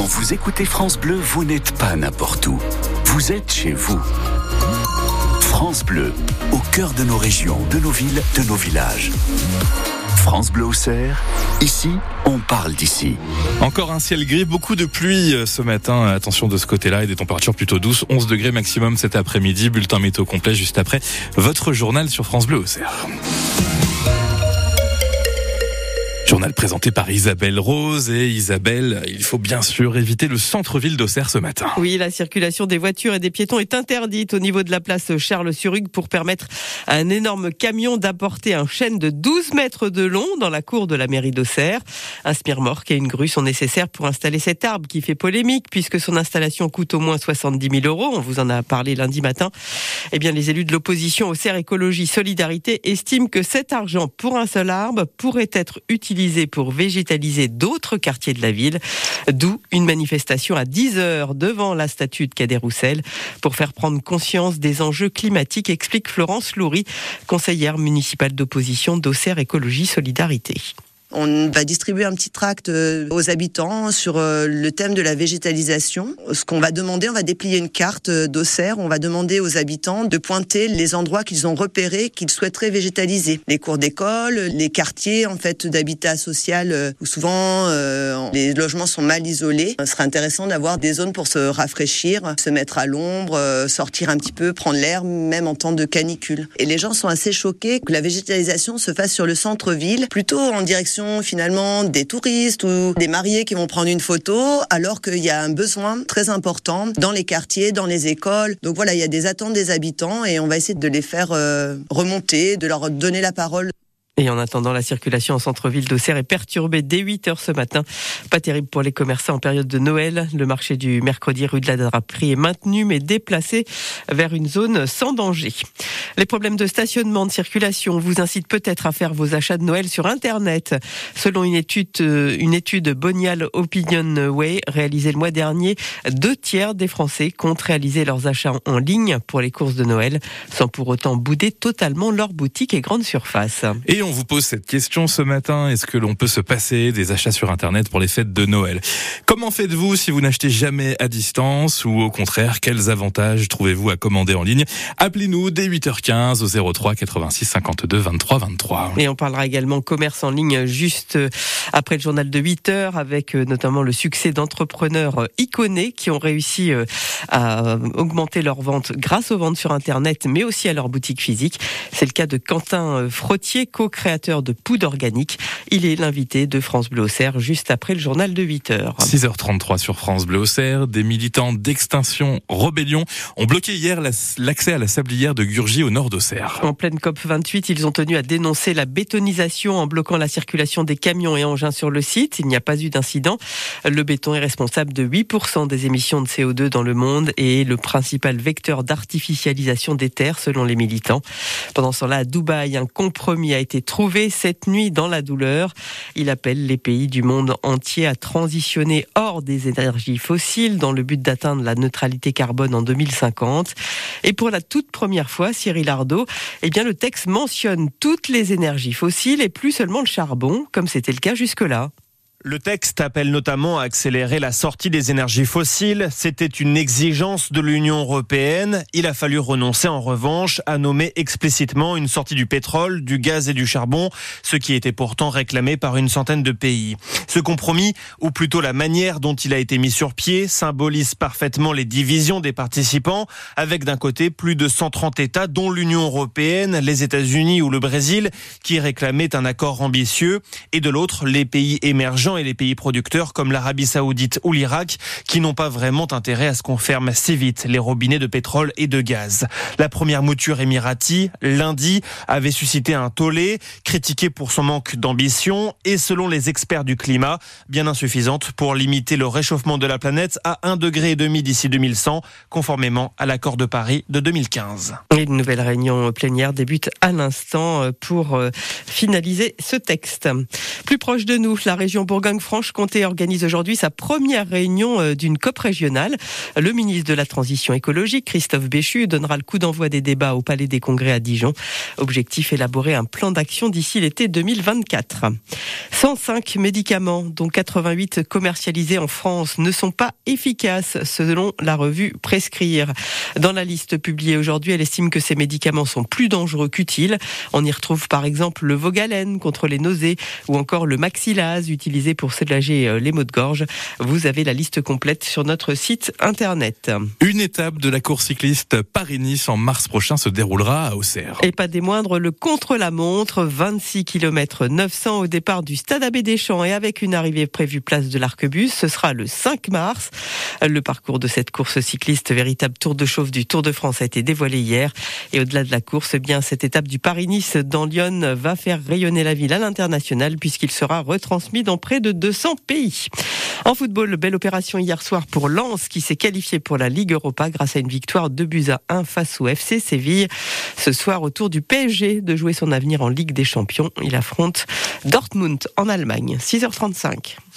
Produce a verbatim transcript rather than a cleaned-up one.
vous écoutez France Bleu, vous n'êtes pas n'importe où. Vous êtes chez vous. France Bleu, au cœur de nos régions, de nos villes, de nos villages. France Bleu Auxerre, ici, on parle d'ici. Encore un ciel gris, beaucoup de pluie ce matin. Attention de ce côté-là et des températures plutôt douces. onze degrés maximum cet après-midi. Bulletin météo complet juste après votre journal sur France Bleu Auxerre. Journal présenté par Isabelle Rose. Et Isabelle, il faut bien sûr éviter le centre-ville d'Auxerre ce matin. Oui, la circulation des voitures et des piétons est interdite au niveau de la place Charles-sur-Hugues pour permettre à un énorme camion d'apporter un chêne de douze mètres de long dans la cour de la mairie d'Auxerre. Un smirmorque et une grue sont nécessaires pour installer cet arbre qui fait polémique puisque son installation coûte au moins soixante-dix mille euros. On vous en a parlé lundi matin. Eh bien, les élus de l'opposition Auxerre Écologie Solidarité estiment que cet argent pour un seul arbre pourrait être utilisé pour végétaliser d'autres quartiers de la ville, d'où une manifestation à dix heures devant la statue de Cadet Roussel pour faire prendre conscience des enjeux climatiques, explique Florence Loury, conseillère municipale d'opposition d'Auxerre Écologie Solidarité. On va distribuer un petit tract aux habitants sur le thème de la végétalisation. Ce qu'on va demander, on va déplier une carte d'Auxerre, on va demander aux habitants de pointer les endroits qu'ils ont repérés qu'ils souhaiteraient végétaliser. Les cours d'école, les quartiers en fait d'habitat social où souvent euh, les logements sont mal isolés. Ce serait intéressant d'avoir des zones pour se rafraîchir, se mettre à l'ombre, sortir un petit peu, prendre l'air, même en temps de canicule. Et les gens sont assez choqués que la végétalisation se fasse sur le centre-ville, plutôt en direction finalement des touristes ou des mariés qui vont prendre une photo, alors qu'il y a un besoin très important dans les quartiers, dans les écoles. Donc voilà, il y a des attentes des habitants et on va essayer de les faire euh, remonter, de leur donner la parole. Et en attendant, la circulation en centre-ville d'Auxerre est perturbée dès huit heures ce matin. Pas terrible pour les commerçants en période de Noël. Le marché du mercredi rue de la Draperie est maintenu mais déplacé vers une zone sans danger. Les problèmes de stationnement, de circulation vous incitent peut-être à faire vos achats de Noël sur Internet. Selon une étude, une étude Bonial Opinionway réalisée le mois dernier, deux tiers des Français comptent réaliser leurs achats en ligne pour les courses de Noël, sans pour autant bouder totalement leurs boutiques et grandes surfaces. Et on vous pose cette question ce matin, est-ce que l'on peut se passer des achats sur Internet pour les fêtes de Noël ? Comment faites-vous si vous n'achetez jamais à distance ou au contraire, quels avantages trouvez-vous à commander en ligne ? Appelez-nous dès huit heures quinze au zéro trois quatre-vingt-six cinquante-deux vingt-trois vingt-trois. Et on parlera également commerce en ligne juste après le journal de huit heures avec notamment le succès d'entrepreneurs iconés qui ont réussi à augmenter leurs ventes grâce aux ventes sur Internet mais aussi à leur boutique physique. C'est le cas de Quentin Frottier, co-créateur de Poudre Organique. Il est l'invité de France Bleu Auxerre juste après le journal de huit heures. six heures trente-trois sur France Bleu Auxerre. Des militants d'Extinction Rebellion ont bloqué hier l'accès à la sablière de Gurgy au nord d'Auxerre. En pleine COP vingt-huit, ils ont tenu à dénoncer la bétonisation en bloquant la circulation des camions et engins sur le site. Il n'y a pas eu d'incident. Le béton est responsable de huit pour cent des émissions de C O deux dans le monde et est le principal vecteur d'artificialisation des terres selon les militants. Pendant ce temps-là, à Dubaï, un compromis a été trouvé cette nuit dans la douleur. Il appelle les pays du monde entier à transitionner hors des énergies fossiles dans le but d'atteindre la neutralité carbone en deux mille cinquante. Et pour la toute première fois, Cyril Ardo, eh bien le texte mentionne toutes les énergies fossiles et plus seulement le charbon, comme c'était le cas jusque-là. Le texte appelle notamment à accélérer la sortie des énergies fossiles. C'était une exigence de l'Union européenne. Il a fallu renoncer en revanche à nommer explicitement une sortie du pétrole, du gaz et du charbon, ce qui était pourtant réclamé par une centaine de pays. Ce compromis, ou plutôt la manière dont il a été mis sur pied, symbolise parfaitement les divisions des participants, avec d'un côté plus de cent trente États, dont l'Union européenne, les États-Unis ou le Brésil, qui réclamaient un accord ambitieux, et de l'autre, les pays émergents et les pays producteurs comme l'Arabie Saoudite ou l'Irak qui n'ont pas vraiment intérêt à ce qu'on ferme si vite les robinets de pétrole et de gaz. La première mouture émirati, lundi, avait suscité un tollé, critiqué pour son manque d'ambition et selon les experts du climat, bien insuffisante pour limiter le réchauffement de la planète à un degré et demi d'ici deux mille cent, conformément à l'accord de Paris de deux mille quinze. Et une nouvelle réunion plénière débute à l'instant pour finaliser ce texte. Plus proche de nous, la région Bourgogne Bourgogne-Franche-Comté organise aujourd'hui sa première réunion d'une COP régionale. Le ministre de la Transition écologique, Christophe Béchu, donnera le coup d'envoi des débats au Palais des Congrès à Dijon. Objectif, élaborer un plan d'action d'ici l'été deux mille vingt-quatre. cent cinq médicaments, dont quatre-vingt-huit commercialisés en France, ne sont pas efficaces selon la revue Prescrire. Dans la liste publiée aujourd'hui, elle estime que ces médicaments sont plus dangereux qu'utiles. On y retrouve par exemple le Vogalène contre les nausées ou encore le Maxilase utilisé pour soulager les maux de gorge. Vous avez la liste complète sur notre site internet. Une étape de la course cycliste Paris-Nice en mars prochain se déroulera à Auxerre. Et pas des moindres, le contre-la-montre, vingt-six kilomètres neuf cents au départ du stade Abbé Deschamps et avec une arrivée prévue place de l'Arquebus. Ce sera le cinq mars. Le parcours de cette course cycliste, véritable tour de chauffe du Tour de France, a été dévoilé hier. Et au-delà de la course, eh bien, cette étape du Paris-Nice dans Lyon va faire rayonner la ville à l'international puisqu'il sera retransmis dans près de deux cents pays. En football, belle opération hier soir pour Lens qui s'est qualifié pour la Ligue Europa grâce à une victoire deux buts à un face au F C Séville. Ce soir, au tour du P S G de jouer son avenir en Ligue des Champions. Il affronte Dortmund en Allemagne. six heures trente-cinq.